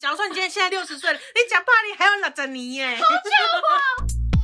假如说你今天现在60岁了，你吃饱你还有60年耶， 好巧啊！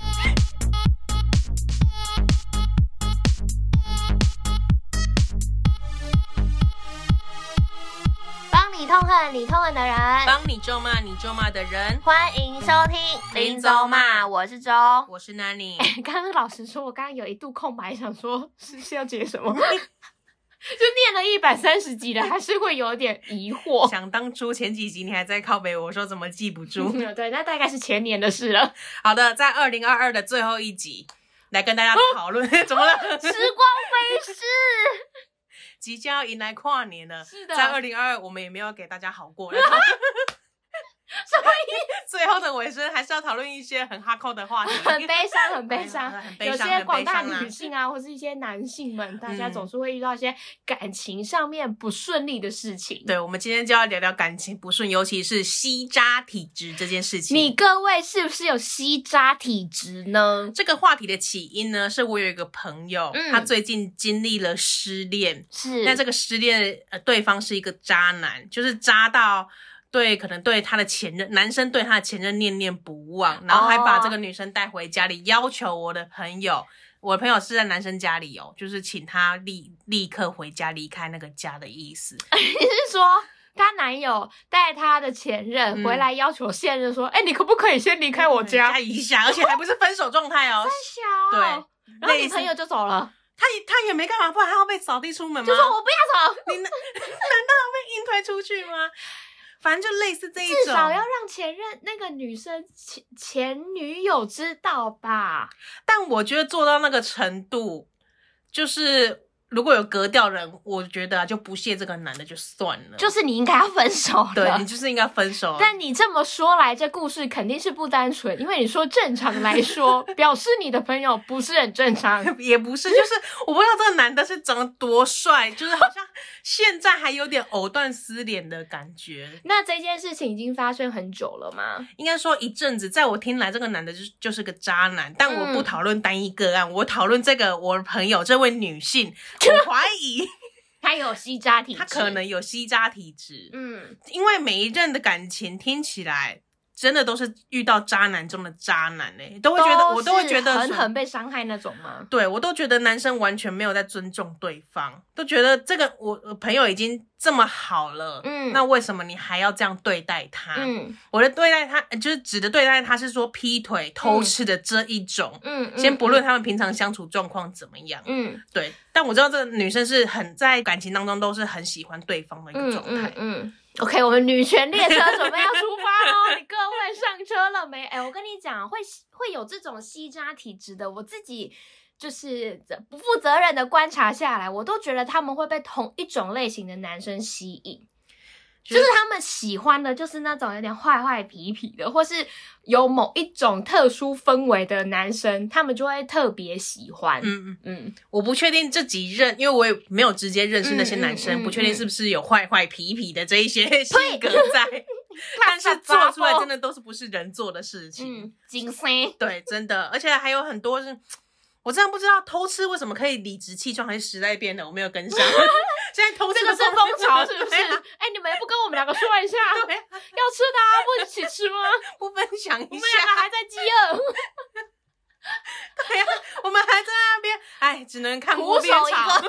帮你痛恨你痛恨的人， 帮你咒骂你咒骂的人。 欢迎收听林州骂，我是周， 我是 Nanny。 刚刚老实说，我刚刚有一度空白，想说是要接什么，就念了130集了，还是会有点疑惑。 想当初前几集你还在靠北我说怎么记不住对，那大概是前年的事了。 好的，在2022的最后一集来跟大家讨论怎么了？ 时光飞逝， 即将要迎来跨年了。 是的， 在2022我们也没有给大家好过。 什么意思？ 最后的尾声还是要讨论一些很哈扣的话题， 很悲伤，很悲伤。 很悲伤， 有些广大女性啊，或是一些男性们，大家总是会遇到一些感情上面不顺利的事情。 对，我们今天就要聊聊感情不顺，尤其是吸渣体质这件事情。 你各位是不是有吸渣体质呢？ 这个话题的起因呢，是我有一个朋友，他最近经历了失恋， 是那这个失恋对方是一个渣男，就是渣到可能对他的前任，男生对他的前任念念不忘，然后还把这个女生带回家里，要求我的朋友是在男生家里哦，就是请他立刻回家离开那个家的意思。 你是说她男友带她的前任回来要求现任说，你可不可以先离开我家一下，而且还不是分手状态哦。 三小， 对， 然后你朋友就走了， 他也没干嘛，不然他要被扫地出门吗？ 就说我不要走， 难道要被硬推出去吗？反正就类似这一种， 至少要让前任那个女生前女友知道吧。 但我觉得做到那个程度，就是如果有格调人，我觉得就不屑这个男的就算了， 就是你应该要分手了。 对，你就是应该分手了。 但你这么说来，这故事肯定是不单纯，因为你说正常来说，表示你的朋友不是很正常， 也不是，就是我不知道这个男的是长得多帅，就是好像现在还有点藕断丝连的感觉。 那这件事情已经发生很久了吗？ 应该说一阵子，在我听来，这个男的就是个渣男。但我不讨论单一个案，我讨论这个我的朋友这位女性，我怀疑他有吸渣体质， 他可能有吸渣体质。因为每一任的感情听起来真的都是遇到渣男中的渣男我都会觉得狠狠被伤害那种吗？ 对，我都觉得男生完全没有在尊重对方，都觉得这个我朋友已经这么好了，那为什么你还要这样对待他？我的对待他就是指的对待他是说劈腿、偷吃的这一种，先不论他们平常相处状况怎么样，对，但我知道这个女生是很在感情当中都是很喜欢对方的一个状态。 OK， 我们女权列车准备要出发咯，你各位上车了没？我跟你讲，会有这种吸渣体质的，我自己就是不负责任的观察下来，我都觉得他们会被同一种类型的男生吸引。就是他们喜欢的就是那种有点坏坏痞痞的，或是有某一种特殊氛围的男生，他们就会特别喜欢。我不确定这几任，因为我也没有直接认识那些男生，不确定是不是有坏坏痞痞的这一些性格在，但是做出来真的都是不是人做的事情。 精神对，真的，而且还有很多是。我真的不知道偷吃为什么可以理直气壮，还是时代变了，我没有跟上。现在偷吃这个是风潮，是不是？你们也不跟我们两个说一下，要吃的不一起吃吗？ 不分享一下， 我们两个还在饥饿。 对呀，我们还在那边，只能看苦守一个。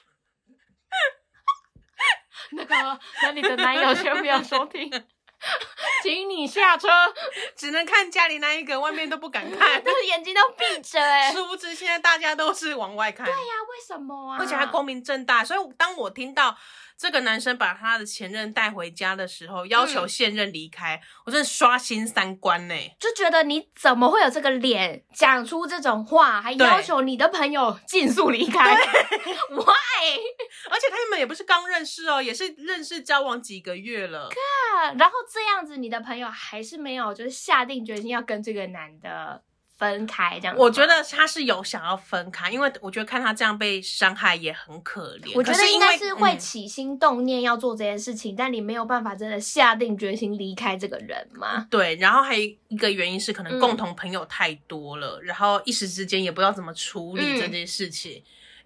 那你的男友先不要收听。请你下车， 只能看家里那一个，外面都不敢看， 但是眼睛都闭着殊不知现在大家都是往外看。 对呀，为什么啊？ 而且还光明正大。所以当我听到这个男生把他的前任带回家的时候，要求现任离开，我真的刷新3观就觉得你怎么会有这个脸讲出这种话，还要求你的朋友尽速离开？Why？ 而且他们也不是刚认识哦，也是认识交往几个月了。 然后这样子，你的朋友还是没有就是下定决心要跟这个男的分开这样子。 我觉得他是有想要分开，因为我觉得看他这样被伤害也很可怜。 我觉得应该是会起心动念要做这件事情，但你没有办法真的下定决心离开这个人嘛。 对，然后还有一个原因是可能共同朋友太多了，然后一时之间也不知道怎么处理这件事情。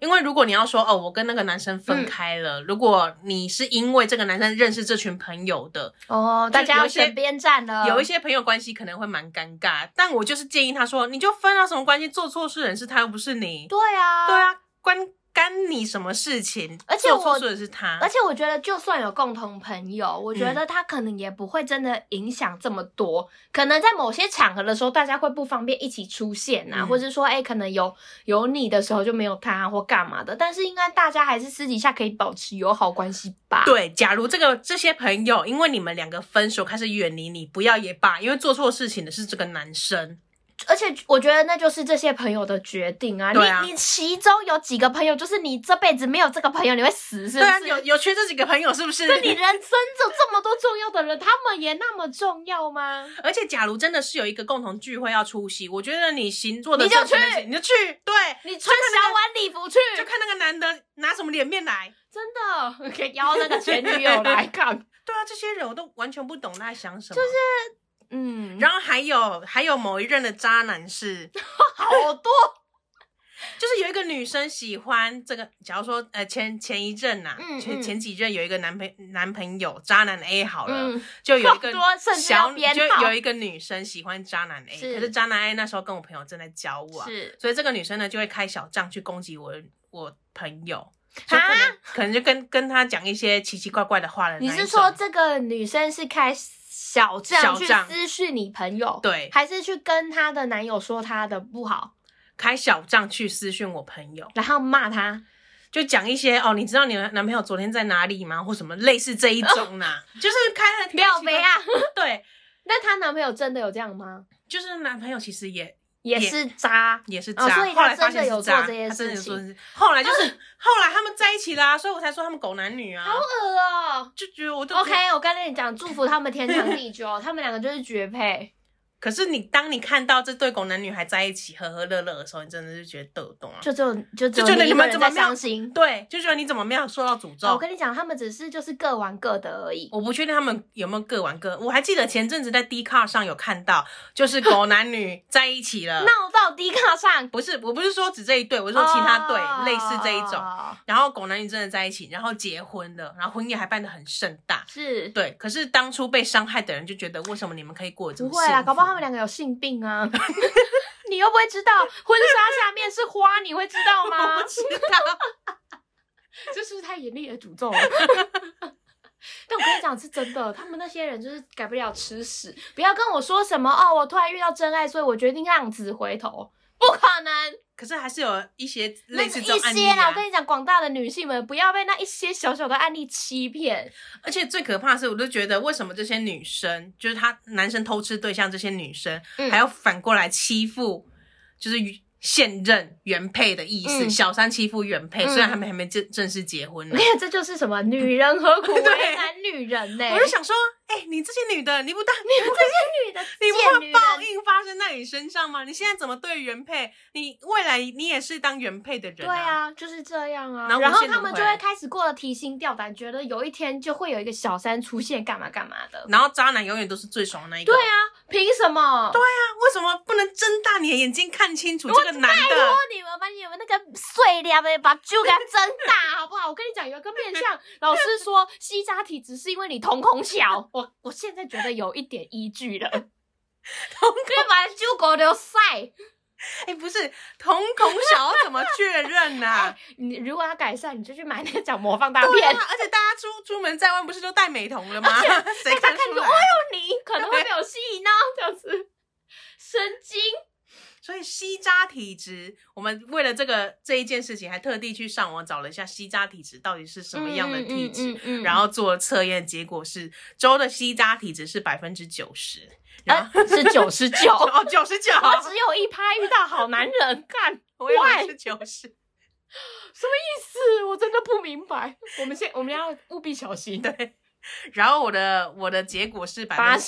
因为如果你要说哦，我跟那个男生分开了，如果你是因为这个男生认识这群朋友的大家要选边站了， 有一些朋友关系可能会蛮尴尬，但我就是建议他说，你就分啊，什么关系？做错事人是他，又不是你。 对啊， 干你什么事情？ 而且做错事的是他。 而且我觉得，就算有共同朋友，我觉得他可能也不会真的影响这么多。可能在某些场合的时候，大家会不方便一起出现啊，或者说，可能有你的时候就没有他或干嘛的。但是应该大家还是私底下可以保持友好关系吧？ 对，假如这些朋友因为你们两个分手开始远离你，不要也罢，因为做错事情的是这个男生。 而且我觉得那就是这些朋友的决定啊！你其中有几个朋友，就是你这辈子没有这个朋友，你会死是不是？对啊， 有缺这几个朋友是不是？ 对，你人生有这么多重要的人，他们也那么重要吗？ 而且假如真的是有一个共同聚会要出席，我觉得你行做的你就去， 对， 你穿小晚礼服去， 就看那个男的拿什么脸面来， 真的可以邀那个前女友来看。 对啊，这些人我都完全不懂他在想什么， 就是然后还有某一任的渣男是好多， 就是有一个女生喜欢这个，假如说前一任啊，前几任有一个男朋友渣男 A 好了，就有一个就有一个女生喜欢渣男 A， 可是渣男 A 那时候跟我朋友正在交往，所以这个女生呢就会开小账去攻击我朋友。可能就跟他讲一些奇奇怪怪的话的那一种。 你是说这个女生是开小账去私讯你朋友？ 对， 还是去跟她的男友说她的不好？ 开小账去私讯我朋友， 然后骂他， 就讲一些你知道你男朋友昨天在哪里吗？或什么类似这一种啦，就是开了廖飞啊。 对， 那她男朋友真的有这样吗？ 就是男朋友其实也是渣， 所以他真的有做这些事情。 后来他们在一起啦，所以我才说他们狗男女啊。 好恶哦， 就觉得我都 OK。我跟你讲，祝福他们天长地久，他们两个就是绝配。 可是当你看到这对狗男女还在一起和和乐乐的时候，你真的是觉得抖动啊！ 就只有你们怎么伤心？ 对，就觉得你怎么没有受到诅咒？ 我跟你讲，他们只是就是各玩各的而已。 我不确定他们有没有各玩各。我还记得前阵子在 Dcard 上有看到，就是狗男女在一起了， 闹到 Dcard 上。 不是，我不是说只这一对，我是说其他对，类似这一种。然后狗男女真的在一起，然后结婚了，然后婚宴还办得很盛大。 是， 对。可是当初被伤害的人就觉得，为什么你们可以过得这么幸福？ 不会啊，搞不好他们两个有性病啊。你又不会知道婚纱下面是花，你会知道吗？ 我不知道。 这是不是太严厉的诅咒了？但我跟你讲是真的，他们那些人就是改不了吃屎。不要跟我说什么我突然遇到真爱，所以我决定浪子回头，不可能。 可是还是有一些类似这种案例啦。我跟你讲，广大的女性们不要被那一些小小的案例欺骗。 而且最可怕的是，我就觉得为什么这些女生，就是男生偷吃对象这些女生，还要反过来欺负，就是现任原配的意思，小三欺负原配，虽然他们还没正式结婚呢。 这就是什么女人何苦为难女人呢？ 我就想说，你这些女的，你们这些女的， 你不会报应发生在你身上吗？你现在怎么对原配？你未来你也是当原配的人。 对啊，就是这样啊。然后他们就会开始过得提心吊胆，觉得有一天就会有一个小三出现，干嘛干嘛的。 然后渣男永远都是最爽的那一个。 对啊，凭什么？ 对啊，为什么不能睁大你的眼睛看清楚这个男的？拜托你们把你们那个碎裂的把酒给它睁大，好不好？我跟你讲，有一个面向，老师说吸渣体质是因为你瞳孔小。我现在觉得有一点依据了。瞳孔把酒狗流晒。 不是瞳孔小怎么确认啊？ 你如果要改善，你就去买那个角膜放大片。 而且大家出门在外不是都戴美瞳了吗？谁看出来？ 你可能会被我吸引到这样子，神经。 所以吸渣体质，我们为了这一件事情，还特地去上网找了一下吸渣体质到底是什么样的体质，然后做测验，结果是周的吸渣体质是90%， 是99% 哦，99%， 我只有1%遇到好男人，看我以为是90%， 什么意思？我真的不明白。我们要务必小心。 对。然后我的结果是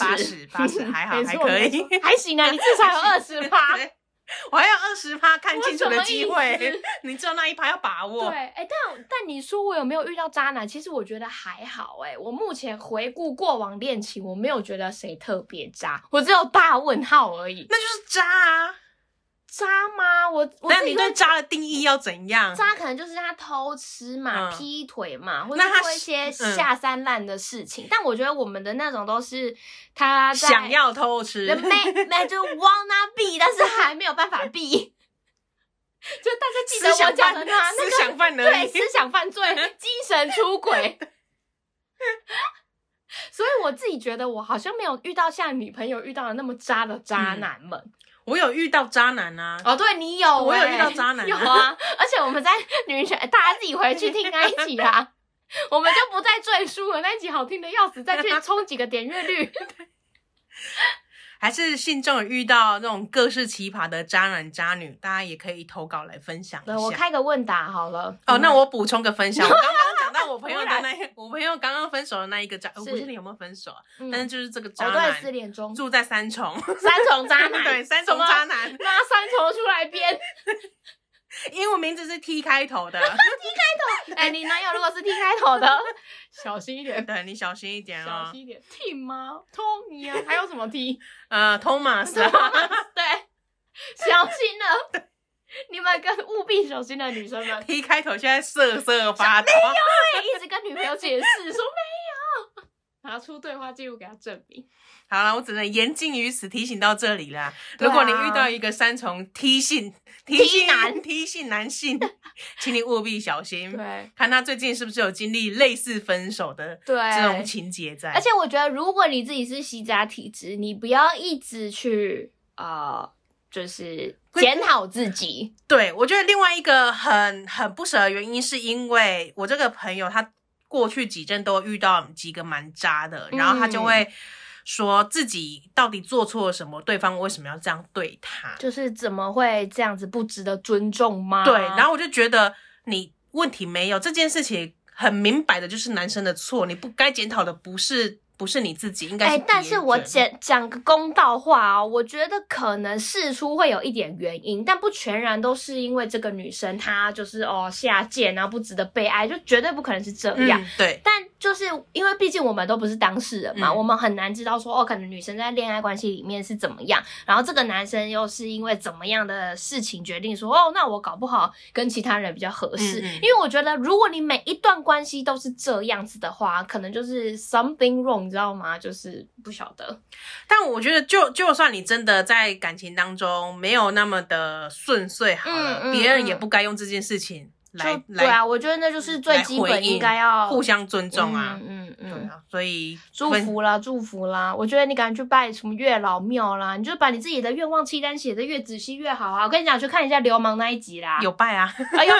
80%，还好，还可以， 还行啊，你至少有20%。 我还有20%看清楚的机会，你知道那1%要把握。 对，但你说我有没有遇到渣男？其实我觉得还好，我目前回顾过往恋情，我没有觉得谁特别渣，我只有大问号而已。 那就是渣啊！ 渣吗？ 但你对渣的定义要怎样？ 渣可能就是他偷吃嘛，劈腿嘛，或者做一些下三滥的事情。但我觉得我们的那种都是他在想要偷吃， 就 wanna be， 但是还没有办法 be。就大家记得我讲的他那个思想犯而已， 对，思想犯罪，精神出轨。所以我自己觉得我好像没有遇到像你朋友遇到的那么渣的渣男们。 我有遇到渣男啊！ 哦，对，你有， 我有遇到渣男， 有啊！而且我们在女权，大家自己回去听那一集啦，我们就不再赘述了。那一集好听的要死，再去冲几个点阅率。 还是信众有遇到那种各式奇葩的渣男渣女，大家也可以投稿来分享一下。 我开个问答好了。 哦，那我补充个分享。我刚刚讲到我朋友的我朋友刚刚分手的那一个渣，我不确定有没有分手啊？但是就是这个渣男， 对，4点钟住在三重渣男， 对，三重渣男， 拿三重出来编。 英文名字是 T 开头的。T 开头，哎，你男友如果是 T 开头的，小心一点。 对，你小心一点哦。 小心一点。T 吗 ？Tony 啊，还有什么 T？ Thomas。 对，小心了。对，你们务必小心的女生们。 T 开头现在瑟瑟发抖。 没有一直跟女朋友解释说没有，拿出对话记录给他证明。 好了，我只能言尽于此，提醒到这里啦。如果你遇到一个三重 T 姓男性，请你务必小心。 对， 看他最近是不是有经历类似分手的这种情节在。 而且我觉得，如果你自己是吸渣体质，你不要一直去就是检讨自己。 对，我觉得另外一个很不舍的原因，是因为我这个朋友他过去几任都遇到几个蛮渣的，然后他就会说自己到底做错了什么，对方为什么要这样对他， 就是怎么会这样子不值得尊重吗？ 对，然后我就觉得你问题没有，这件事情很明摆的就是男生的错，你不该检讨的不是你自己，应该是别人。 但是我讲个公道话哦，我觉得可能事出会有一点原因，但不全然都是因为这个女生她就是下贱然后不值得被爱，就绝对不可能是这样。 对， 但就是因为毕竟我们都不是当事人嘛，我们很难知道说可能女生在恋爱关系里面是怎么样，然后这个男生又是因为怎么样的事情决定说那我搞不好跟其他人比较合适。因为我觉得如果你每一段关系都是这样子的话，可能就是 something wrong， 你知道吗？就是不晓得。 但我觉得就算你真的在感情当中没有那么的顺遂好了，别人也不该用这件事情来对啊，我觉得那就是最基本应该要互相尊重啊。对啊，所以祝福啦！我觉得你赶紧去拜什么月老庙啦，你就把你自己的愿望清单写得越仔细越好啊！我跟你讲，去看一下流氓那一集啦。 有拜啊？ 有拜吗？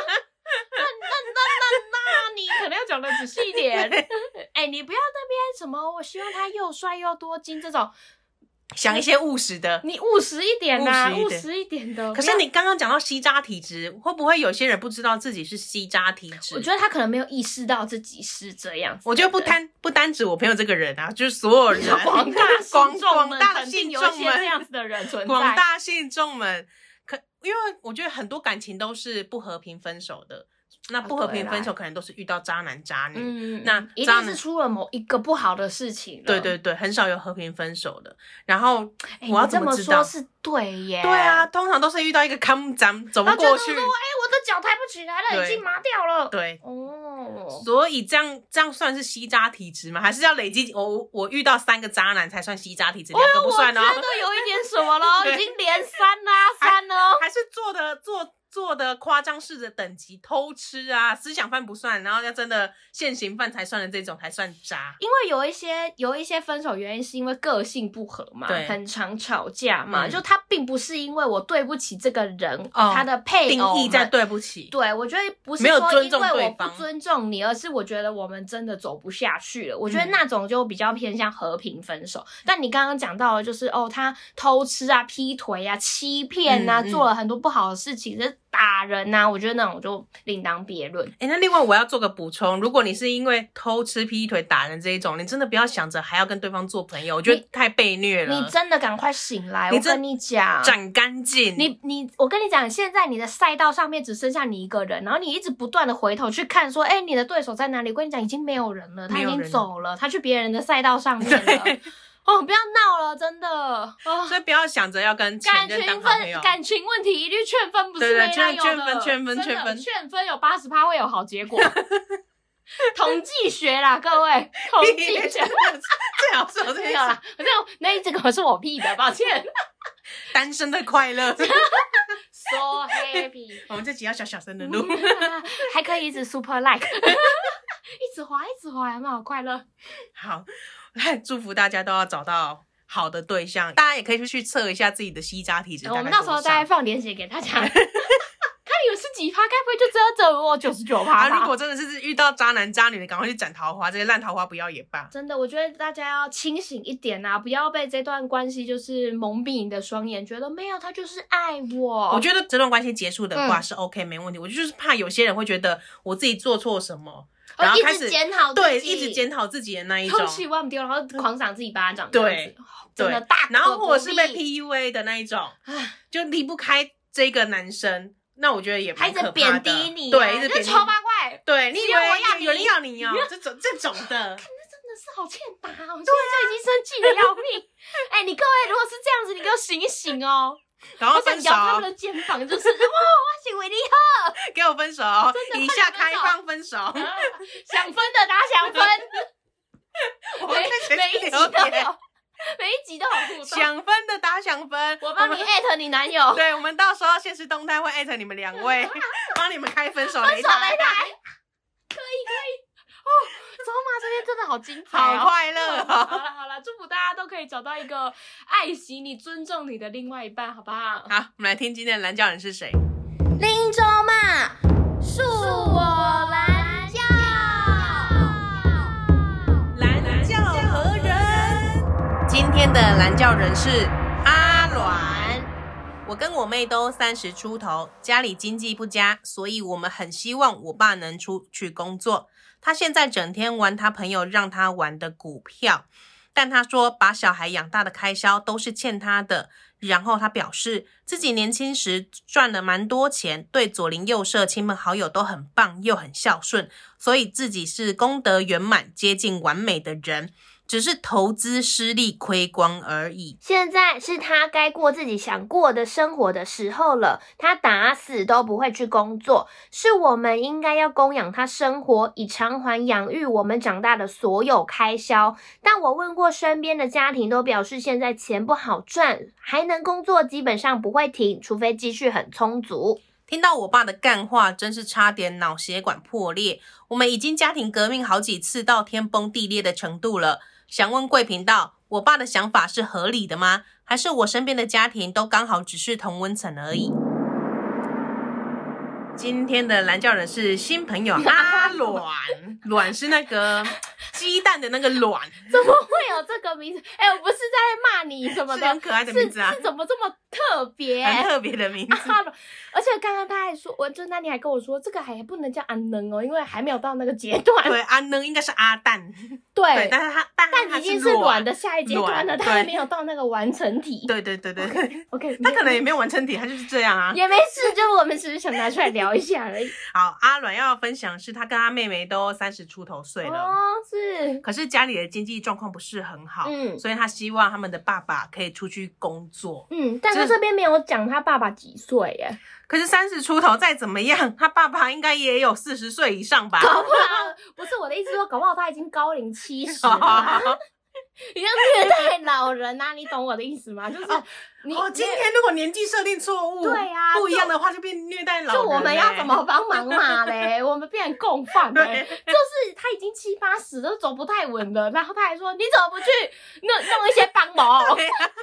那你可能要讲的仔细一点。你不要那边什么，我希望他又帅又多金这种。 想一些务实的， 你务实一点啊，务实一点的。 可是你刚刚讲到吸渣体质，会不会有些人不知道自己是吸渣体质？ 我觉得他可能没有意识到自己是这样子。 我觉得不单指我朋友这个人啊，就是所有人， 广大的信众们，这样子的人存在。 广大信众们，因为我觉得很多感情都是不和平分手的。那不和平分手可能都是遇到渣男渣女，那一定是出了某一个不好的事情了。 对，很少有和平分手的。然后我要怎么知道？ 你这么说是对耶。 对啊，通常都是遇到一个看不咱走不过去。 说我的脚抬不起来了，已经麻掉了。 对所以这样算是吸渣体质吗？还是要累积？我遇到3个渣男才算吸渣体质，2个不算哦。 我觉得有一点什么了，已经连3了， 还是做的夸张式的等级，偷吃啊，思想犯不算，然后要真的现行犯才算的这种才算渣。 因为有一些分手原因是因为个性不合嘛，很常吵架嘛，就他并不是因为我对不起这个人，他的配偶定义在对不起。 对，我觉得不是说因为我不尊重你，而是我觉得我们真的走不下去了。我觉得那种就比较偏向和平分手。但你刚刚讲到的就是他偷吃啊、劈腿啊、欺骗啊，做了很多不好的事情，打人啊，我觉得那种就另当别论。 那另外我要做个补充，如果你是因为偷吃、劈腿、打人这一种，你真的不要想着还要跟对方做朋友，我觉得太被虐了。 你真的赶快醒来，我跟你讲， 斩干净。 我跟你讲，现在你的赛道上面只剩下你一个人，然后你一直不断的回头去看说，你的对手在哪里？我跟你讲，已经没有人了，他已经走了，他去别人的赛道上面了。 哦，不要闹了，真的哦。 所以不要想着要跟前任当好朋友。 感情问题一律劝分，不是没来由的。 劝分， 劝分有80%会有好结果。统计学啦，各位，统计学最好是我这有啦，这个是我屁的，抱歉。 单身的快乐 ，so happy。 我们这集要小声的录， 还可以一直 super like， 一直滑，有没有快乐？ 好，来祝福大家都要找到好的对象，大家也可以去测一下自己的吸渣体质。 我们到时候再放链接给大家。看你们是几趴，该不会就只有整我99%吧？ 如果真的是遇到渣男渣女的，赶快去斩桃花，这些烂桃花不要也罢。 真的，我觉得大家要清醒一点啊，不要被这段关系就是蒙蔽你的双眼，觉得没有他就是爱我。 我觉得这段关系结束的话是 OK，没问题。我就是怕有些人会觉得我自己做错什么，然后开始一直检讨自己， 对，一直检讨自己的那一种， 空气忘不丢，然后狂赏自己巴掌， 对， 真的大可不必。 然后或者是被 PUA 的那一种，就离不开这个男生。那我觉得也蛮可怕的， 还一直贬低你， 对，一直贬低， 丑八怪， 对，你以为有人要你哦？这种的， 看这真的是好欠打哦！我现在就已经生气的要命。哎，你各位如果是这样子，你给我醒一醒哦！ 然后分手， 摇他们的肩膀，就是哇，我是维利赫， 给我分手，以下开放分手， 想分的打想分，每一集都有。每一集都有互动， 想分的打想分， 我帮你艾特你男友。 对，我们到时候限时动态会艾特你们2位，帮你们开分手擂台。 可以哦，走马这边真的好精彩， 好快乐。 好了，祝福大家都可以找到一个爱惜你、尊重你的另外一半，好不好？ 好，我们来听今天的蓝教人是谁。 林州嘛，恕我蓝教。 蓝教何人？今天的蓝教人是阿卵。我跟我妹都30出头，家里经济不佳，所以我们很希望我爸能出去工作。他现在整天玩他朋友让他玩的股票，但他说把小孩养大的开销都是欠他的。然后他表示自己年轻时赚了蛮多钱，对左邻右舍亲朋好友都很棒，又很孝顺，所以自己是功德圆满接近完美的人，只是投资失利亏光而已。 现在是他该过自己想过的生活的时候了，他打死都不会去工作，是我们应该要供养他生活，以偿还养育我们长大的所有开销。但我问过身边的家庭，都表示现在钱不好赚，还能工作基本上不会停，除非积蓄很充足。 听到我爸的干话，真是差点脑血管破裂。我们已经家庭革命好几次到天崩地裂的程度了。想问贵频道，我爸的想法是合理的吗？还是我身边的家庭都刚好只是同温层而已？今天的蓝教人是新朋友阿卵，卵是那个鸡蛋的那个卵。 怎么会有这个名字？我不是在骂你什么的， 是很可爱的名字啊， 是怎么这么特别？ 很特别的名字。 而且刚刚他还说，那你还跟我说，这个还不能叫安能哦，因为还没有到那个阶段。 对，安能应该是阿蛋。 对， 但是但已经是卵的下一阶段了，他还没有到那个完成体。 对。 OK， 他可能也没有完成体，他就是这样啊。 也没事，就是我们只是想拿出来聊一下而已。 好，阿卵要分享是他跟他妹妹都30出头岁了。 哦，是。 可是家里的经济状况不是很好，所以他希望他们的爸爸可以出去工作。 但他这边没有讲他爸爸几岁耶。 可是30出头再怎么样，他爸爸应该也有40岁以上吧？ 搞不好，不是我的意思说，搞不好他已经高龄70了。你要虐待老人啊，你懂我的意思吗？就是今天如果年纪设定错误， 对啊， 不一样的话就变虐待老人。 就我们要怎么帮忙嘛嘞？我们变成共犯嘞。就是他已经70、80都走不太稳了，然后他还说你怎么不去弄一些帮忙？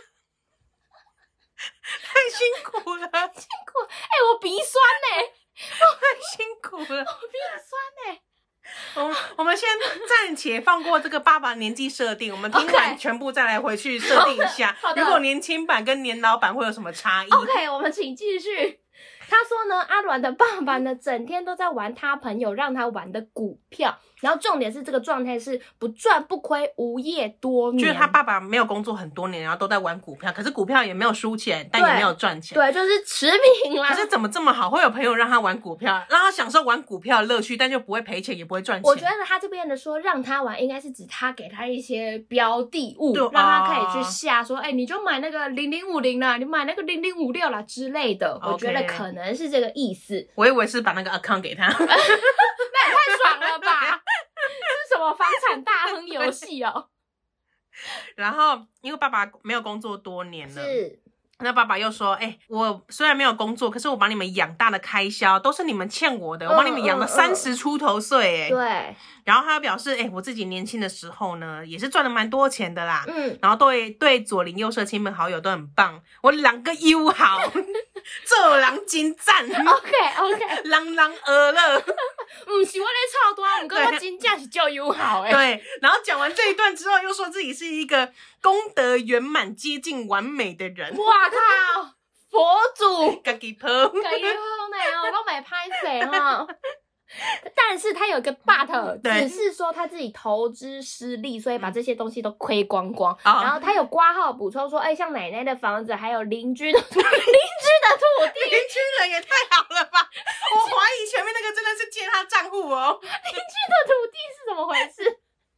太辛苦了， 辛苦！我鼻酸呢， 太辛苦了， 我鼻酸呢。 我们先暂且放过这个爸爸年纪设定，我们听完全部再来回去设定一下，如果年轻版跟年老版会有什么差异 ？OK， 我们请继续。他说呢，阿卵的爸爸呢，整天都在玩他朋友让他玩的股票， 然后重点是这个状态是不赚不亏，无业多年， 就是他爸爸没有工作很多年，然后都在玩股票，可是股票也没有输钱，但也没有赚钱， 对，就是持平啦。 可是怎么这么好，会有朋友让他玩股票，让他享受玩股票的乐趣，但就不会赔钱，也不会赚钱。 我觉得他这边的说让他玩，应该是指他给他一些标的物，让他可以去下说，你就买那个0050啦，你买那个0056啦之类的。我觉得可能是这个意思。 我以为是把那个 account 给他， 那也太爽了吧！这是什么房产大亨游戏哦？ 然后因为爸爸没有工作多年了， 是。 那爸爸又说，我虽然没有工作，可是我把你们养大的开销都是你们欠我的，我把你们养了30出头岁， 对。 然后他表示，我自己年轻的时候呢，也是赚了蛮多钱的啦，然后对左邻右舍亲朋好友都很棒，我人个友好，做人真赞 ，OK， 人和乐， 不是我在操蛋，不过我真正是叫友好对，然后讲完这一段之后，又说自己是一个功德圆满、接近完美的人。 哇靠，佛祖， 自己跑，自己跑呢，我都没拍谁哈。但是他有一个 but， 只是说他自己投资失利，所以把这些东西都亏光光。然后他有挂号补充说，像奶奶的房子，还有邻居的土地，邻居人也太好了吧！我怀疑前面那个真的是借他账户哦。 邻居的土地是怎么回事？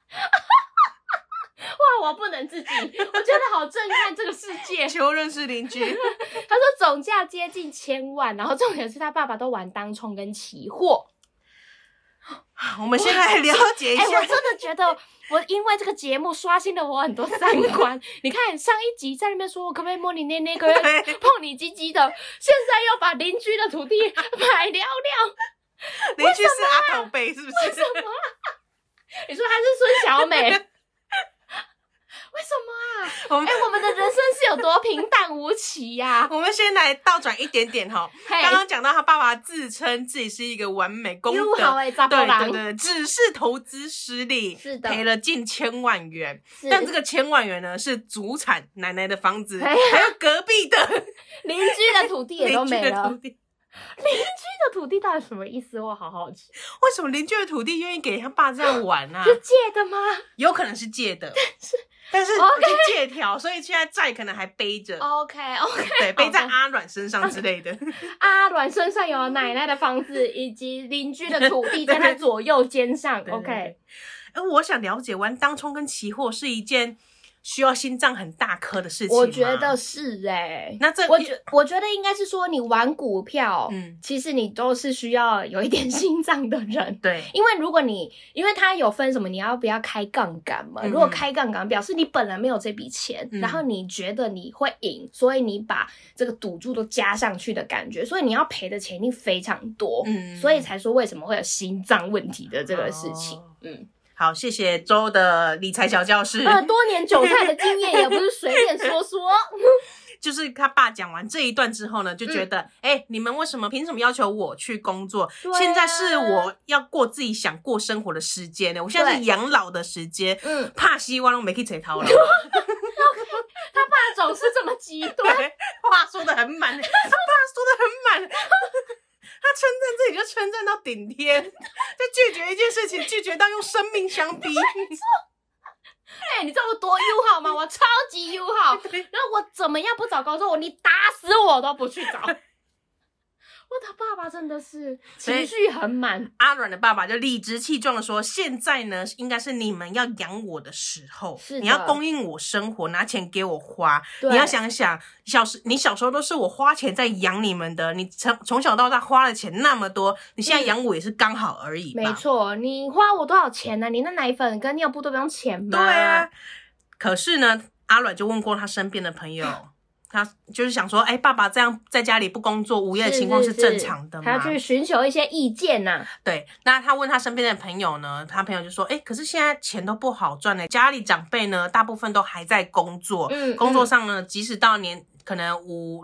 哇，我不能自己，我觉得好震撼这个世界。 求认识邻居。 他说总价接近1000万，然后重点是他爸爸都玩当冲跟期货。 我们现在来了解一下。 我真的觉得我因为这个节目刷新了我很多三观。你看上一集在那边说我可不可以摸你捏捏，可不可以碰你鸡鸡的，现在又把邻居的土地买了。 邻居是阿头辈是不是？ 为什么你说他是孙小美？为什么啊？我们的人生是有多平淡无奇呀！ 我们先来倒转一点点哈。刚刚讲到他爸爸自称自己是一个完美功德，对，只是投资失利， 是的， 赔了近1000万元。但这个1000万元呢，是祖产奶奶的房子，还有隔壁的邻居的土地也都没了。邻居的土地到底什么意思？我好好奇， 为什么邻居的土地愿意给他爸这样玩啊？ 是借的吗？ 有可能是借的，但是借条，所以现在债可能还背着。 OK， 对，背在阿软身上之类的。 阿软身上有奶奶的房子以及邻居的土地在他左右肩上。OK， 我想了解，玩当冲跟期货是一件需要心脏很大颗的事情吗？ 我觉得是那我觉得应该是说你玩股票，其实你都是需要有一点心脏的人。 对， 因为如果因为它有分什么，你要不要开杠杆嘛？如果开杠杆，表示你本来没有这笔钱，然后你觉得你会赢，所以你把这个赌注都加上去的感觉，所以你要赔的钱一定非常多。所以才说为什么会有心脏问题的这个事情。 好，谢谢周的理财小教室。 多年韭菜的经验也不是随便说说。 就是他爸讲完这一段之后呢，就觉得你们为什么凭什么要求我去工作？现在是我要过自己想过生活的时间呢，我现在是养老的时间。怕希望我没去扯头了。 他爸总是这么极端， 话说得很满，他爸说得很满。他称赞自己就称赞到顶天，就拒绝一件事情，拒绝到用生命相逼。 你知道我多友好吗？我超级友好。然后我怎么样不找工作，你打死我都不去找。我的爸爸真的是情绪很满。 阿软的爸爸就理直气壮的说，现在呢应该是你们要养我的时候，你要供应我生活，拿钱给我花。你要想想你小时候都是我花钱在养你们的，你从小到大花的钱那么多，你现在养我也是刚好而已吧。 没错，你花我多少钱呢？你那奶粉跟尿布都不用钱吗？ 对啊。可是呢，阿软就问过他身边的朋友，他就是想说，爸爸这样在家里不工作无业的情况是正常的吗？ 他去寻求一些意见啊。 对，那他问他身边的朋友呢，他朋友就说，可是现在钱都不好赚呢，家里长辈呢大部分都还在工作，工作上呢即使到可能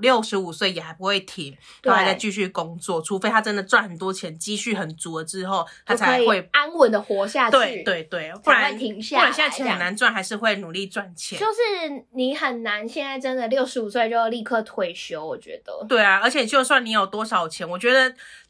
65岁也还不会停，都还在继续工作，除非他真的赚很多钱，积蓄很足了之后，他才会安稳的活下去。 对，不然停下来， 不然现在钱很难赚，还是会努力赚钱。 就是你很难现在真的65岁就立刻退休，我觉得。 对啊，而且就算你有多少钱，我觉得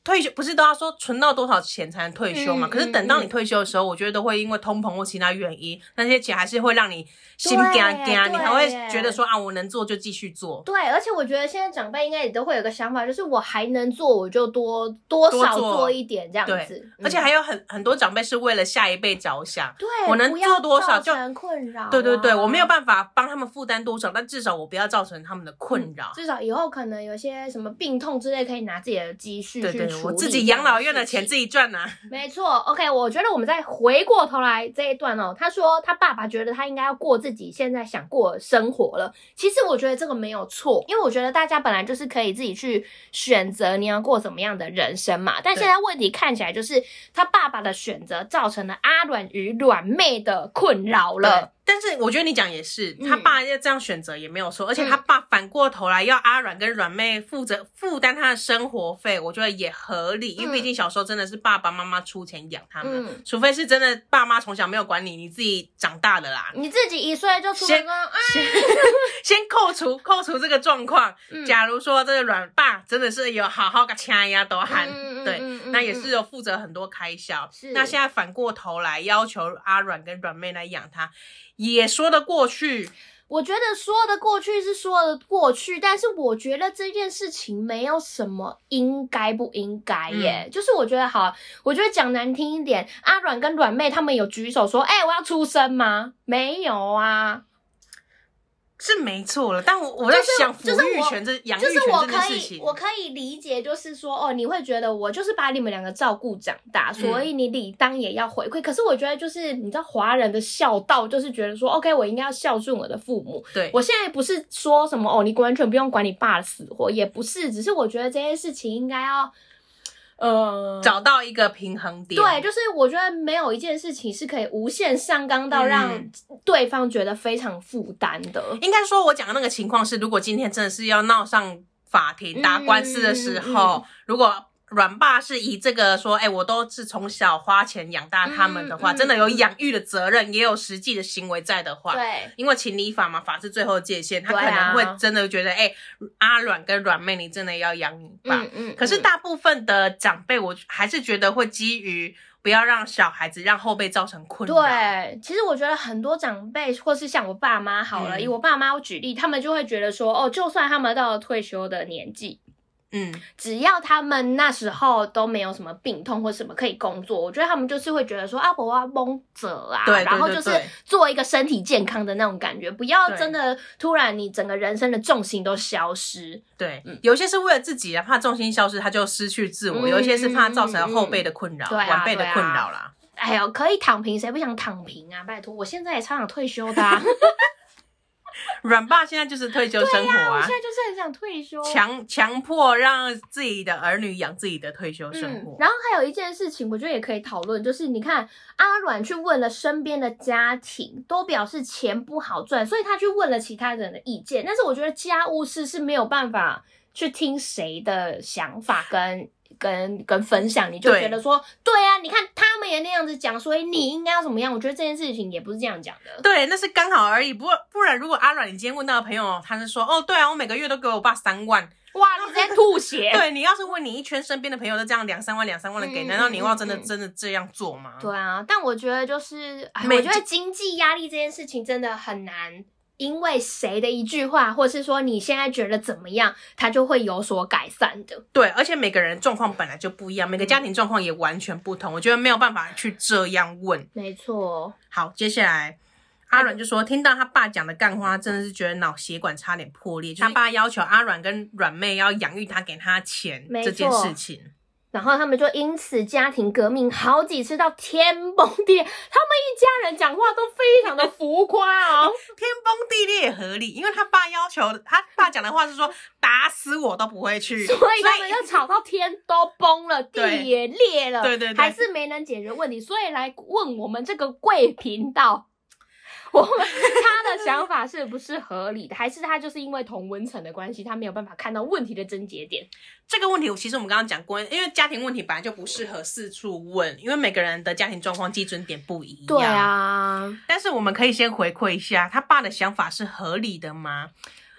退休不是都要说存到多少钱才能退休嘛？可是等到你退休的时候，我觉得都会因为通膨或其他原因，那些钱还是会让你心惊惊，你还会觉得说啊，我能做就继续做。 对，而且我觉得现在长辈应该也都会有个想法，就是我还能做，我就多少做一点这样子。 而且还有很多长辈是为了下一辈着想， 对， 我能做多少就困扰。 对，我没有办法帮他们负担多少，但至少我不要造成他们的困扰。 至少以后可能有些什么病痛之类，可以拿自己的积蓄去处理。 我自己养老院的钱自己赚啊。 没错 ，OK， 我觉得我们再回过头来这一段他说他爸爸觉得他应该要过自己现在想过的生活了。其实我觉得这个没有错，因为我觉得大家本来就是可以自己去选择你要过怎么样的人生嘛。但现在问题看起来就是他爸爸的选择造成了阿软与软妹的困扰了。 但是我觉得你讲也是，他爸要这样选择也没有错，而且他爸反过头来要阿软跟软妹负担他的生活费，我觉得也合理，因为毕竟小时候真的是爸爸妈妈出钱养他们，除非是真的爸妈从小没有管你自己长大的啦， 你自己1岁就出生先扣除这个状况。假如说这个软爸真的是有好好给掐呀都喊，对，那也是有负责很多开销。那现在反过头来要求阿软跟软妹来养他，也说得过去。 我觉得说得过去是说得过去，但是我觉得这件事情没有什么应该不应该耶。就是我觉得我觉得讲难听一点，阿软跟软妹他们有举手说我要出生吗？没有啊。 是没错了，但我在想抚育权养育权这件事情， 我可以理解，就是说你会觉得我就是把你们两个照顾长大，所以你理当也要回馈。可是我觉得就是你知道华人的孝道，就是觉得说 OK， 我应该要孝顺我的父母。 对， 我现在不是说什么你完全不用管你爸的死活，也不是，只是我觉得这些事情应该要找到一个平衡点。 对，就是我觉得没有一件事情是可以无限上纲到让对方觉得非常负担的。 应该说我讲的那个情况是，如果今天真的是要闹上法庭打官司的时候，如果软爸是以这个说我都是从小花钱养大他们的话，真的有养育的责任，也有实际的行为在的话， 对， 因为情理法嘛，法是最后的界限，他可能会真的觉得阿软跟软妹你真的要养你爸。可是大部分的长辈我还是觉得会基于不要让小孩子让后辈造成困扰。 对，其实我觉得很多长辈或是像我爸妈好了，以我爸妈举例，他们就会觉得说就算他们到了退休的年纪，只要他们那时候都没有什么病痛或什么可以工作，我觉得他们就是会觉得说我要蒙着啊， 对， 然后就是做一个身体健康的那种感觉，不要真的突然你整个人生的重心都消失。 对，有些是为了自己怕重心消失他就失去自我，有一些是怕造成后辈的困扰，晚辈的困扰啦。 哎呦，可以躺平，谁不想躺平啊？拜托，我现在也超想退休的啊。 软爸现在就是退休生活我现在就是很想退休， 强迫让自己的儿女养自己的退休生活。 然后还有一件事情我觉得也可以讨论，就是你看阿软去问了身边的家庭，都表示钱不好赚，所以他去问了其他人的意见，但是我觉得家务事是没有办法去听谁的想法跟分享，你就觉得说对啊，你看他们也那样子讲，所以你应该要怎么样。我觉得这件事情也不是这样讲的。 对，那是刚好而已，不然如果阿软你今天问到的朋友他是说对啊，我每个月都给我爸3万， 哇，你在吐血。 对，你要是问你一圈身边的朋友都这样2-3万的给，难道你要真的这样做吗？ 对啊，但我觉得就是我觉得经济压力这件事情真的很难因为谁的一句话，或是说你现在觉得怎么样，它就会有所改善的。 对，而且每个人状况本来就不一样，每个家庭状况也完全不同，我觉得没有办法去这样问。 没错。 好，接下来阿软就说听到他爸讲的干话，真的是觉得脑血管差点破裂，就是他爸要求阿软跟软妹要养育他，给他钱这件事情。 然后他们就因此家庭革命好几次到天崩地裂，他们一家人讲话都非常的浮夸哦。 天崩地裂也合理，因为他爸要求，他爸讲的话是说打死我都不会去， 所以他们就吵到天都崩了，地也裂了， 对， 还是没能解决问题，所以来问我们这个贵频道。他的想法是不是合理的，还是他就是因为同温层的关系，他没有办法看到问题的症结点？ 这个问题其实我们刚刚讲过，因为家庭问题本来就不适合四处问，因为每个人的家庭状况基准点不一样。 对啊， 但是我们可以先回馈一下他爸的想法是合理的吗？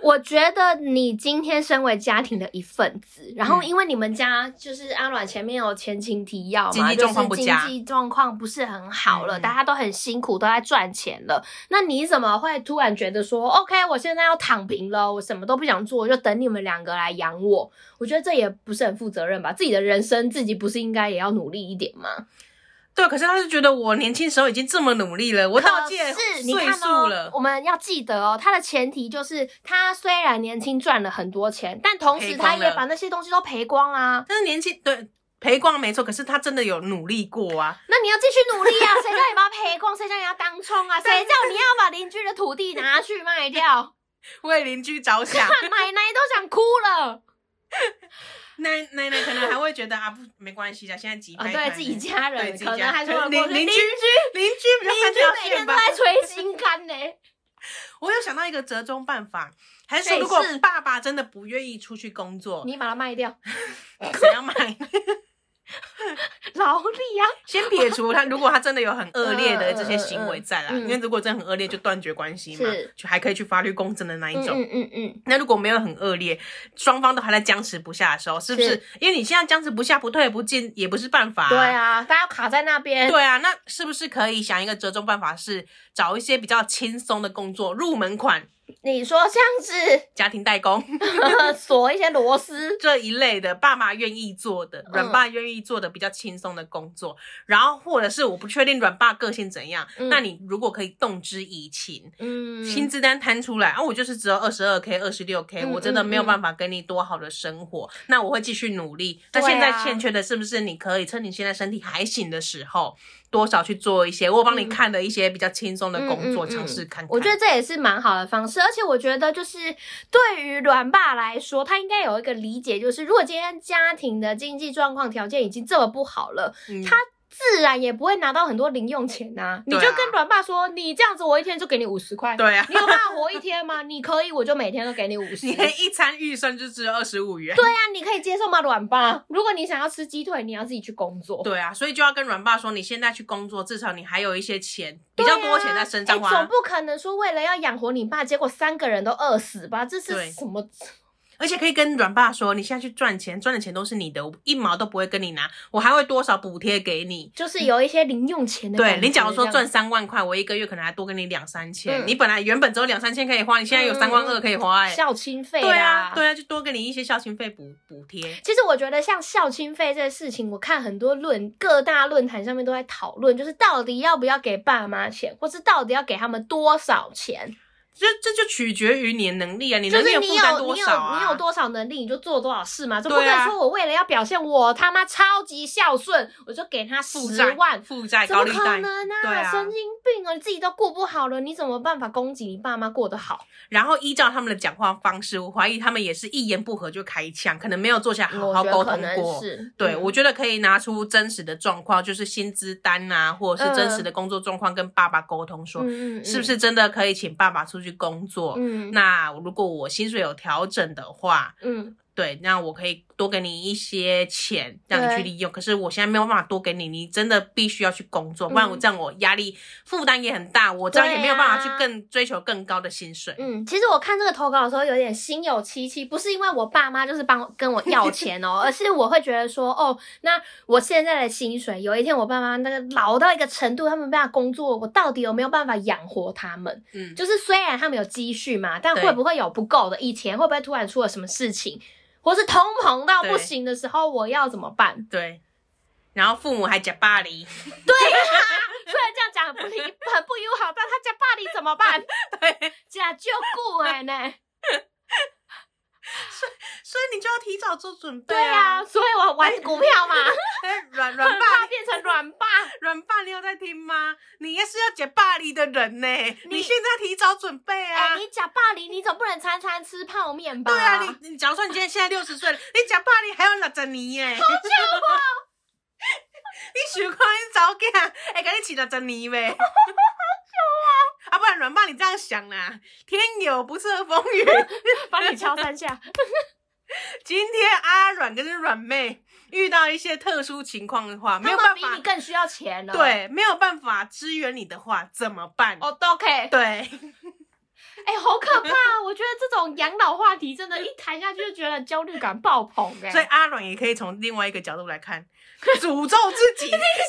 我觉得你今天身为家庭的一份子，然后因为你们家就是阿软前面有前情提要嘛， 经济状况不佳， 就是经济状况不是很好了，大家都很辛苦，都在赚钱了。那你怎么会突然觉得说 ，OK， 我现在要躺平了，我什么都不想做，我就等你们两个来养我？我觉得这也不是很负责任吧？自己的人生自己不是应该也要努力一点吗？ 对，可是他是觉得我年轻时候已经这么努力了，我到届岁数了。 我们要记得哦，他的前提就是他虽然年轻赚了很多钱，但同时他也把那些东西都赔光啦。 但是年轻对赔光没错，可是他真的有努力过啊。 那你要继续努力啊！谁叫你把它赔光？谁叫你要当冲啊？谁叫你要把邻居的土地拿去卖掉？ 为邻居着想， 奶奶都想哭了。 奶奶可能还会觉得啊，不没关系的，现在急拍对自己家人， 对可能还说邻居每天都在捶心肝呢。 我有想到一个折中办法，还是说如果爸爸真的不愿意出去工作， 你把它卖掉， 谁要卖？ 劳力啊！ 先撇除他，如果他真的有很恶劣的这些行为在啦，因为如果真的很恶劣，就断绝关系嘛，就还可以去法律公证的那一种。那如果没有很恶劣，双方都还在僵持不下的时候，是不是？因为你现在僵持不下，不退也不进，也不是办法。 对啊，大家卡在那边。 对啊，那是不是可以想一个折中办法，是找一些比较轻松的工作，入门款？ 你说像是家庭代工锁一些螺丝这一类的，爸妈愿意做的，软爸愿意做的比较轻松的工作，然后或者是我不确定软爸个性怎样，那你如果可以动之以情，薪资单摊出来啊，我就是只有 22K 26K，我真的没有办法给你多好的生活，那我会继续努力。那现在欠缺的是不是你可以趁你现在身体还行的时候，多少去做一些我帮你看的一些比较轻松的工作，尝试看看。 我觉得这也是蛮好的方式，而且我觉得就是对于软爸来说，他应该有一个理解，就是如果今天家庭的经济状况条件已经这么不好了，他自然也不会拿到很多零用钱啊。你就跟软爸说，你这样子我一天就给你50块。 对啊， 你有办法活一天吗？你可以，我就每天都给你50。 你一餐预算就只有25元。 对啊，你可以接受吗，软爸？如果你想要吃鸡腿，你要自己去工作。 对啊，所以就要跟软爸说，你现在去工作，至少你还有一些钱，比较多钱在身上花。 总不可能说为了要养活你爸，结果3个人都饿死吧？这是什么？ 而且可以跟软爸说，你现在去赚钱，赚的钱都是你的，我1毛都不会跟你拿，我还会多少补贴给你， 就是有一些零用钱的感觉。 对，你假如说赚3万块，我1个月可能还多给你2-3千，你本来原本只有2-3千可以花，你现在有3万2可以花， 孝亲费啦。对啊，就多给你一些孝亲费补贴。 其实我觉得像孝亲费这个事情，我看很多各大论坛上面都在讨论，就是到底要不要给爸妈钱，或是到底要给他们多少钱。 这就取决于你的能力啊，你能力负担多少啊？ 你有多少能力，你就做多少事嘛。就不可以说我为了要表现我他妈超级孝顺，我就给他10万负债高利贷， 怎么可能啊？对啊，神经病哦！你自己都过不好了，你怎么办法供给你爸妈过得好？ 然后依照他们的讲话方式，我怀疑他们也是一言不合就开枪，可能没有坐下好好沟通过。对，我觉得可以拿出真实的状况，就是薪资单啊，或者是真实的工作状况，跟爸爸沟通说，是不是真的可以请爸爸出去工作？那如果我薪水有调整的话，对，那我可以多给你一些钱让你去利用，可是我现在没有办法多给你，你真的必须要去工作，不然我这样我压力负担也很大，我这样也没有办法去追求更高的薪水。 其实我看这个投稿的时候有点心有戚戚，不是因为我爸妈就是跟我要钱哦，而是我会觉得说，那我现在的薪水，有一天我爸妈那个老到一个程度，他们没办法工作，我到底有没有办法养活他们？就是虽然他们有积蓄嘛，但会不会有不够的一天？会不会突然出了什么事情？或是通膨到不行的时候，我要怎么办？ 对，然后父母还吃巴黎， 对啊，虽然这样讲很不友好，但他吃巴黎怎么办？ 对， 吃就顾呢。 所以你就要提早做准备。 对啊，所以我玩股票嘛。 软爸变成软爸， 软爸，你有在听吗？你也是要吃巴黎的人呢，你现在提早准备啊！ 你吃巴黎，你总不能餐餐吃泡面吧？ 对啊，你假如说你现在60岁了，你吃巴黎还要60年耶， 好久啊！ 你想看你早囝会给你饲60年呗？好久啊！不然软爸你这样想啦，天有不测风云， 帮你敲3下。 今天阿软跟软妹遇到一些特殊情况的话，没有办法， 比你更需要钱了。 对，没有办法支援你的话，怎么办？ 都可以。 对。 好可怕！我我觉得这种养老话题真的，一谈下去就觉得焦虑感爆棚所以阿软也可以从另外一个角度来看，诅咒自己。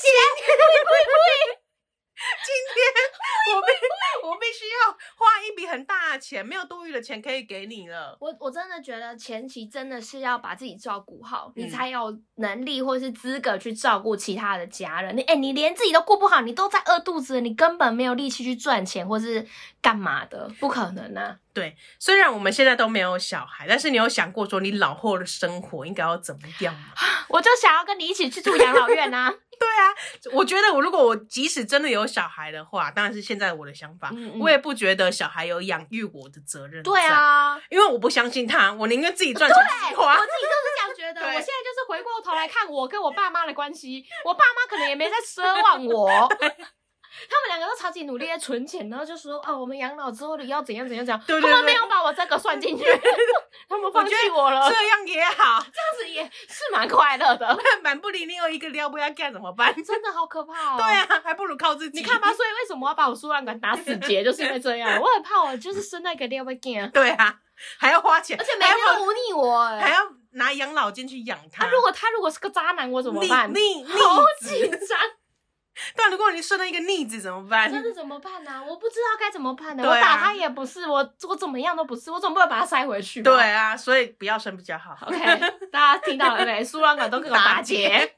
今天我必须要花一笔很大的钱，没有多余的钱可以给你了。 我真的觉得前期真的是要把自己照顾好，你才有能力或是资格去照顾其他的家人。你连自己都顾不好，你都在饿肚子，你根本没有力气去赚钱或是干嘛的，不可能啊。 对，虽然我们现在都没有小孩，但是你有想过说你老后的生活应该要怎么样吗？ 我就想要跟你一起去住养老院啊。 对啊，我觉得如果我即使真的有小孩的话，当然是现在我的想法，我也不觉得小孩有养育我的责任。 对啊， 因为我不相信他，我宁愿自己赚钱自己花。 我自己就是这样觉得。我现在就是回过头来看我跟我爸妈的关系，我爸妈可能也没在奢望我。他们两个都超级努力在存钱，然后就说我们养老之后要怎样怎样怎样。对，他们没有把我这个算进去，他们放弃我了。 这样也好， 这样子也是蛮快乐的。 蛮不离你有一个撩不要干怎么办？ 真的好可怕哦。 对啊，还不如靠自己。 你看吧，所以为什么要把我输卵管打死结，就是因为这样。我很怕我就是生那个撩不干。 对啊，还要花钱， 而且每天都忤逆我， 还要拿养老金去养他。 如果是个渣男，我怎么办？ 好紧张。 对，如果你生了一个逆子怎么办？ 真的怎么办啊？我不知道该怎么办呢。我打他也不是，我怎么样都不是，我总不会把他塞回去吧。 对啊，所以不要生比较好。 OK， 大家听到了没？输卵管都给我打结。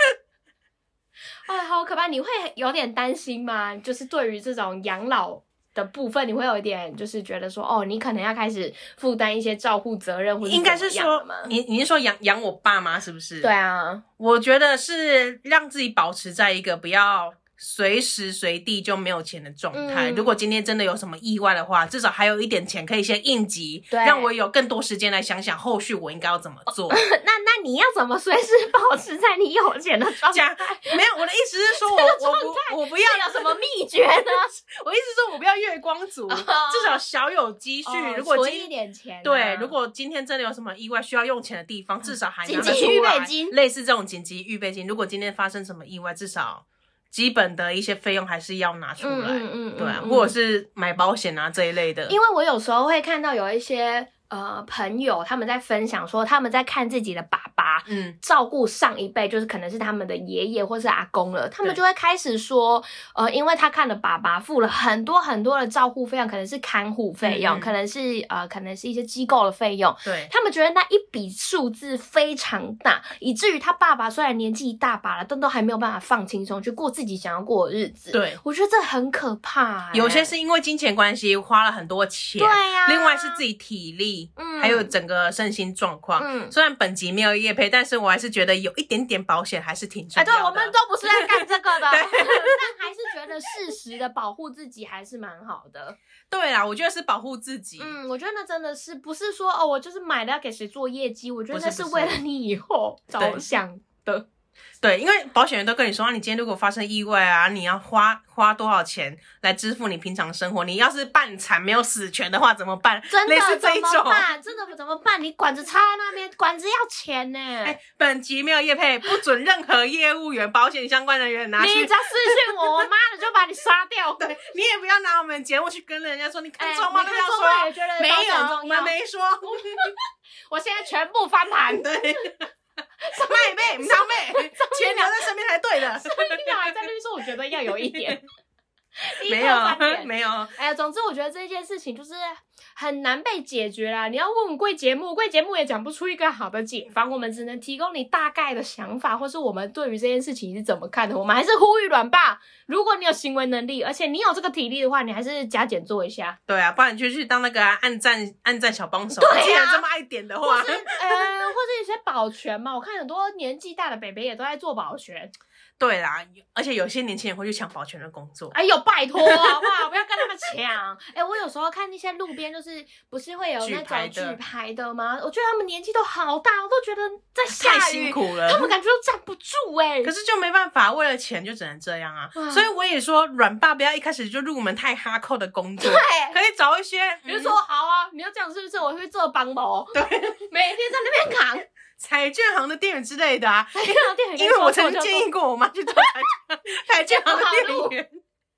哎，好可怕！你会有点担心吗？就是对于这种养老的部分，你会有一点就是觉得说，你可能要开始负担一些照护责任，或者应该是说，你是说养我爸妈是不是？ 对啊， 我觉得是让自己保持在一个不要随时随地就没有钱的状态。如果今天真的有什么意外的话，至少还有一点钱可以先应急，让我有更多时间来想想后续我应该要怎么做。 那你要怎么随时保持在你有钱的状态？ 没有，我的意思是说我不要有什么秘诀呢？ 我意思是说我不要月光族，至少小有积蓄。如果存一点钱， 对，如果今天真的有什么意外需要用钱的地方，至少还拿得出来。 紧急预备金， 类似这种紧急预备金，如果今天发生什么意外，至少基本的一些费用还是要拿出来，对啊，或者是买保险啊这一类的。 因为我有时候会看到有一些朋友他们在分享说他们在看自己的爸爸照顾上一辈，就是可能是他们的爷爷或是阿公了，他们就会开始说因为他看了爸爸付了很多很多的照顾费用，可能是看护费用，可能是一些机构的费用， 对， 他们觉得那一笔数字非常大，以至于他爸爸虽然年纪一大把了，但都还没有办法放轻松去过自己想要过的日子。 对， 我觉得这很可怕有些是因为金钱关系花了很多钱， 对啊， 另外是自己体力还有整个身心状况。虽然本集没有业配，但是我还是觉得有一点点保险还是挺重要的。 对，我们都不是在干这个的，但还是觉得适时的保护自己还是蛮好的。 对啦，我觉得是保护自己。 我觉得那真的是不是说我就是买了要给谁做业绩，我觉得那是为了你以后着想的。 对，因为保险员都跟你说，你今天如果发生意外啊，你要花多少钱来支付你平常生活？你要是半残没有死权的话怎么办？ 真的类似这一种怎么办？真的怎么办？你管子插在那边，管子要钱呢。 本集没有业配，不准任何业务员、保险相关人员拿去。 你只要私讯我妈的就把你杀掉。 对，你也不要拿我们节目去跟人家说你看中吗？ 你看中吗？也觉得没有，我们没说。 我现在全部翻盘。 对。妹妹，唔当妹，钱留在身边才对的。 所以你还在那边说，我觉得要有一点。 没有。 总之我觉得这件事情就是很难被解决啦。你要问贵节目也讲不出一个好的解方，我们只能提供你大概的想法，或是我们对于这件事情是怎么看的。我们还是呼吁软爸，如果你有行为能力，而且你有这个体力的话，你还是加减做一下。 对啊，不然你就去当那个按赞小帮手。 对啊， 既然这么爱点的话， 或者一些保全嘛，我看很多年纪大的北北也都在做保全。 对啦，而且有些年轻人会去抢保全的工作。 哎呦，拜托好不好？不要跟他们抢。我有时候看那些路边，就是不是会有那种举牌的吗？我觉得他们年纪都好大，我都觉得在下雨， 太辛苦了， 他们感觉都站不住可是就没办法，为了钱就只能这样啊。所以我也说，软爸不要一开始就入门太哈扣的工作，对，可以找一些， 比如说好啊，你要这样是不是？我会做帮忙，对，每天在那边扛。 彩券行的店员之类的啊， 彩券行店员， 因为我曾经建议过我妈去做彩券行的店员。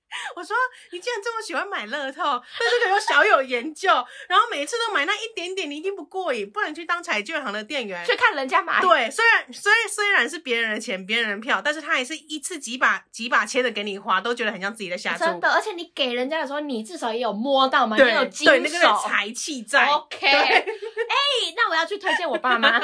我说你既然这么喜欢买乐透，对这个有小有研究，然后每次都买那一点点，你一定不过瘾，不然你去当彩券行的店员， 去看人家买。 对，虽然是别人的钱，别人的票，但是他还是一次几把切的给你花，都觉得很像自己的下注。 真的，而且你给人家的时候，你至少也有摸到嘛，你有经手， 对那个财气在。 OK， 那我要去推荐我爸妈。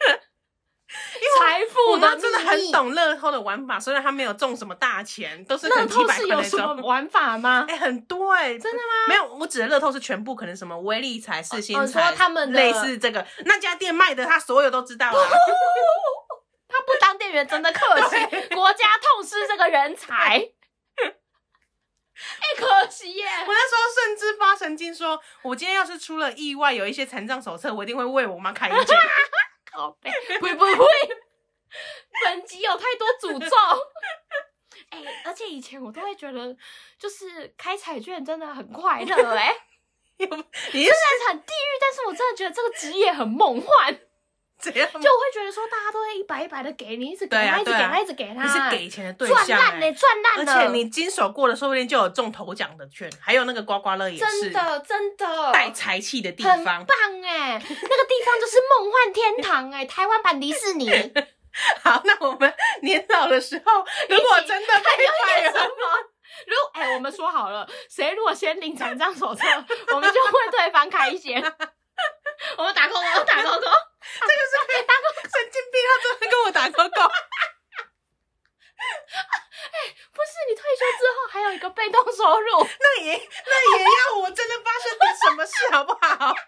财富我妈真的很懂乐透的玩法，虽然她没有中什么大钱，都是很几百块那种。 乐透是有什么玩法吗？ 很多真的吗？没有，我指的乐透是全部，可能什么威力彩、世新彩， 说他们的类似这个那家店卖的，他所有都知道啊。 他不当店员真的可惜，国家痛失这个人才。可惜耶！ 我那时候甚至发神经说，我今天要是出了意外，有一些残障手册，我一定会为我妈开一间。 靠北，不，本集有太多诅咒。而且以前我都会觉得，就是开彩券真的很快乐虽然很地狱，但是我真的觉得这个职业很梦幻。 怎样？ 就我会觉得说，大家都会一百的给你，一直给他，一直给他，一直给他。 你是给钱的对象， 赚烂了，赚烂了。 而且你经手过的，说不定就有中头奖的券，还有那个刮刮乐也是， 真的带财气的地方， 很棒那个地方就是梦幻天堂台湾版迪士尼。 好，那我们年老的时候，如果真的被派了什么，我们说好了，谁如果先领残障手册，我们就为对方开一间。我们打勾勾。 这个是可以打勾，神经病，他真的跟我打勾勾。 不是，你退休之后还有一个被动收入， 那也要我真的发生点什么事好不好？好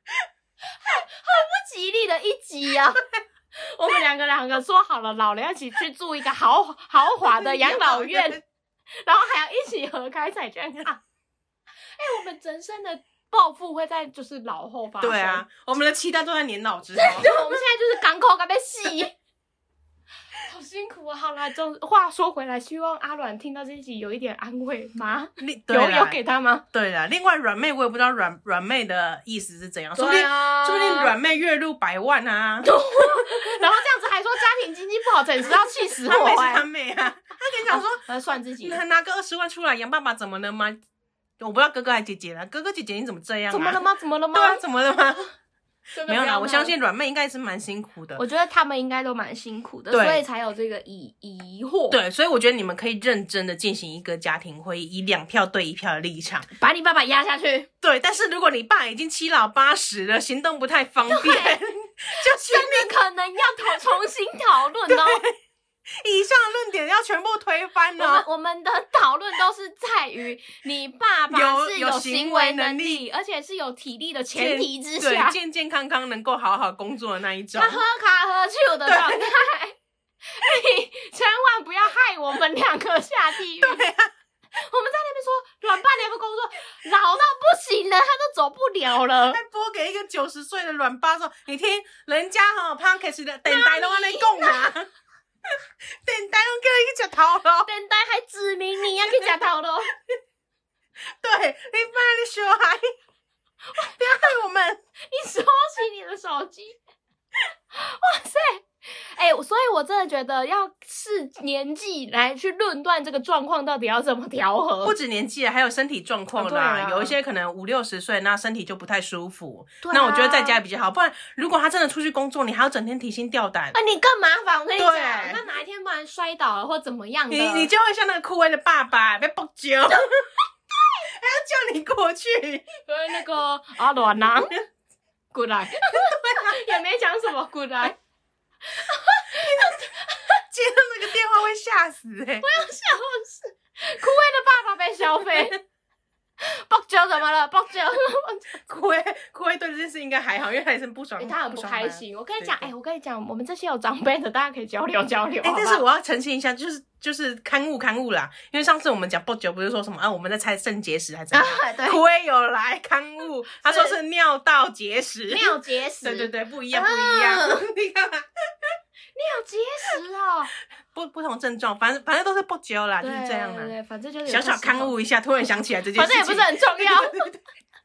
不吉利的一集啊！我们两个说好了，老了要一起去住一个豪华的养老院，然后还要一起合开彩券卡。我们人生的抱负会在就是老后发生。 对啊，我们的期待都在年老之后。 我们现在就是港口该被洗，好辛苦啊！好啦，话说回来，希望阿软听到这一集有一点安慰吗？有给他吗？ 对啦，另外软妹我也不知道软妹的意思是怎样，说不定软妹月入100万啊， 然后这样子还说家庭经济不好，简直要气死我！ 他妹啊，他跟你讲说， 算自己拿个20万出来养爸爸怎么了吗？我不知道哥哥还姐姐了，哥哥姐姐你怎么这样啊？ 怎么了吗？ 对啊，怎么了吗？没有啦， 啦， 我相信软妹应该是蛮辛苦的。 我觉得他们应该都蛮辛苦的，所以才有这个疑惑。 对，所以我觉得你们可以认真的进行一个家庭会议，以2票对1票的立场， 把你爸爸压下去。 对，但是如果你爸已经7老80了，行动不太方便，就真的可能要重新讨论哦。 以上的论点要全部推翻哦。 我们的讨论都是在于你爸爸是有行为能力，而且是有体力的前提之下， 对，健健康康能够好好工作的那一种。 他喝卡喝酒的状态，你千万不要害我们2个下地狱。 对啊，我们在那边说软爸你也不工作，老到不行了，他都走不了了。 再拨给一个90岁的软爸说，你听人家Podcast 的电台都在那讲啊。电台都叫你去吃头路， 电台还指明你要去吃头路。 对，你把你小孩，不要害我们。 你收起你的手机。哇塞！所以我真的觉得要视年纪来去论断这个状况到底要怎么调和。 不止年纪还有身体状况啦。有一些可能50、60岁，那身体就不太舒服。那我觉得在家比较好，不然如果他真的出去工作，你还要整天提心吊胆。 你更麻烦。我跟你讲，他哪一天不然摔倒了或怎么样的， 你就会像那个酷威的爸爸被爆揪，还要叫你过去。 对，那个阿暖郎，Good night，也没讲什么 Good night。 接到那个电话会吓死我要笑死！酷威的爸爸被消费，爆酒怎么了？爆酒， 酷威对这件事应该还好，因为他也是不爽， 他很不开心。我跟你讲，我们这些有长辈的，大家可以交流。 但是我要澄清一下，就是刊物啦，因为上次我们讲爆酒不是说什么我们在猜肾结石还是怎样？酷威有来刊物，他说是尿道结石， 尿结石， 对，不一样，你看嘛。 尿结石哦， 不同症状，反正都是爆酒啦，就是这样的。 对，反正就是小刊物一下，突然想起来这件事情， 反正也不是很重要。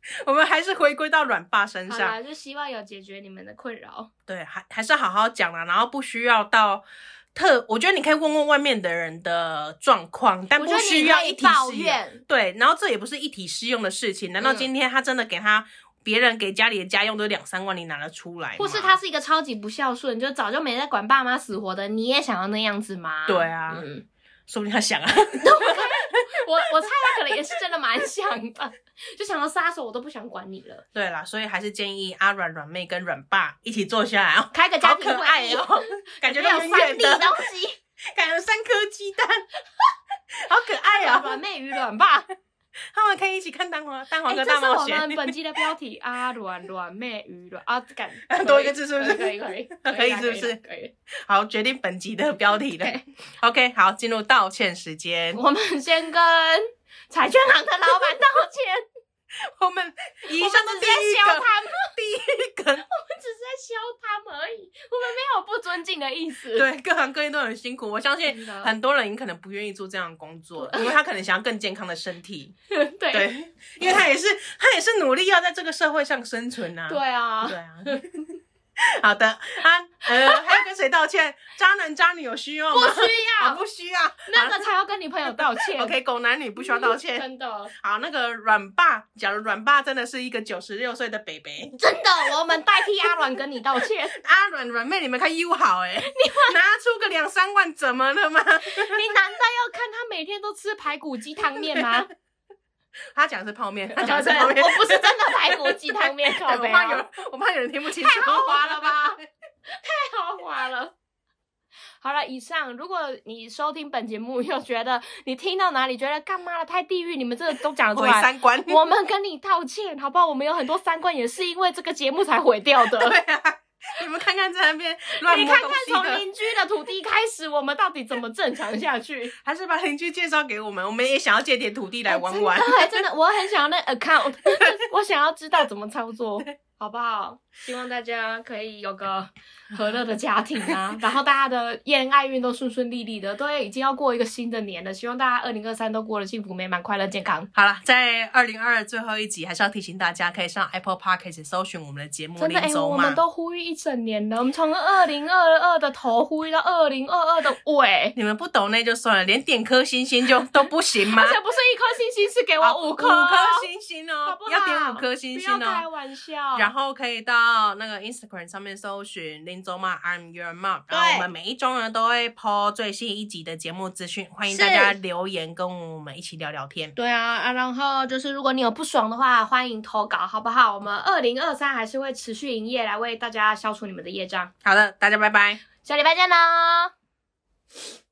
我们还是回归到软爸身上。 好啦，就希望有解决你们的困扰。 对，还是好好讲啦，然后不需要到我觉得你可以问问外面的人的状况，但不需要一体适用。对，然后这也不是一体适用的事情。难道今天他真的给别人给家里的家用都2-3万，你拿得出来吗？ 或是他是一个超级不孝顺，就早就没在管爸妈死活的，你也想要那样子吗？ 对啊，说不定他想啊。 我猜他可能也是真的蛮想的，就想到撒手我都不想管你了。 对啦，所以还是建议阿软、软妹跟软爸一起坐下来哦， 开个家庭会议哦，感觉都有3D 东西， 感觉3颗鸡蛋，好可爱啊！ 软妹与软爸。 他们可以一起看蛋黄哥大冒险。 这是我们本期的标题阿软妹与软啊， 多一个字是不是？ 可以是不是？ 可以。 好，决定本集的标题了。OK， 好，进入道歉时间。 我们先跟彩券行的老板道歉。 我们以上都第一个， 我们只是在笑他们而已，我们没有不尊敬的意思。 对，各行各业都很辛苦，我相信很多人可能不愿意做这样的工作，因为他可能想要更健康的身体。对，因为他也是努力要在这个社会上生存啊。 对啊。 好的，还要跟谁道歉？渣男渣女有需要吗？ 不需要， 不需要， 那个才要跟你朋友道歉。 OK， 狗男女不需要道歉， 真的。 好，那个软爸，假如软爸真的是一个96岁的北北， 真的，我们代替阿软跟你道歉。 阿软妹，你们看U好你拿出个2-3万怎么了吗？你难道要看他每天都吃排骨鸡汤面吗？ 他讲的是泡面，他讲的是泡面， 我不是真的排骨鸡汤面。 我怕有人听不清楚， 太豪华了吧？太豪华了。好了，以上如果你收听本节目又觉得你听到哪里觉得干嘛了太地狱，你们这个都讲得出来， 毁三观， 我们跟你道歉好不好？我们有很多3观也是因为这个节目才毁掉的。 对啊，你们看看在那边乱摸东西的， 你看看从邻居的土地开始，我们到底怎么正常下去？ 还是把邻居介绍给我们，我们也想要借点土地来玩玩。 真的，我很想要那 account， 我想要知道怎么操作，好不好？希望大家可以有个和乐的家庭啊，然后大家的恋爱运都顺顺利利的，都已经要过一个新的年了，希望大家2023都过得幸福美满、快乐健康。 好了，在2022最后一集，还是要提醒大家，可以上 Apple Podcast 搜寻我们的节目。真的， 我们都呼吁一整年了，我们从2022的头呼吁到2022的尾。 你们不懂那就算了，连点颗星星都不行吗？ 而且不是1颗星星，是给我5颗 ，5颗星星哦， 好不好？ 要点5颗星星哦， 不要开玩笑。 然后可以到那个 Instagram 上面搜寻林周妈 I'm Your Mom， 然后我们每一周呢都会 po 最新一集的节目资讯，欢迎大家留言跟我们一起聊聊天。 对啊，然后就是如果你有不爽的话，欢迎投稿，好不好？我们2023还是会持续营业，来为大家消除你们的业障。 好的，大家拜拜， 下礼拜见喽。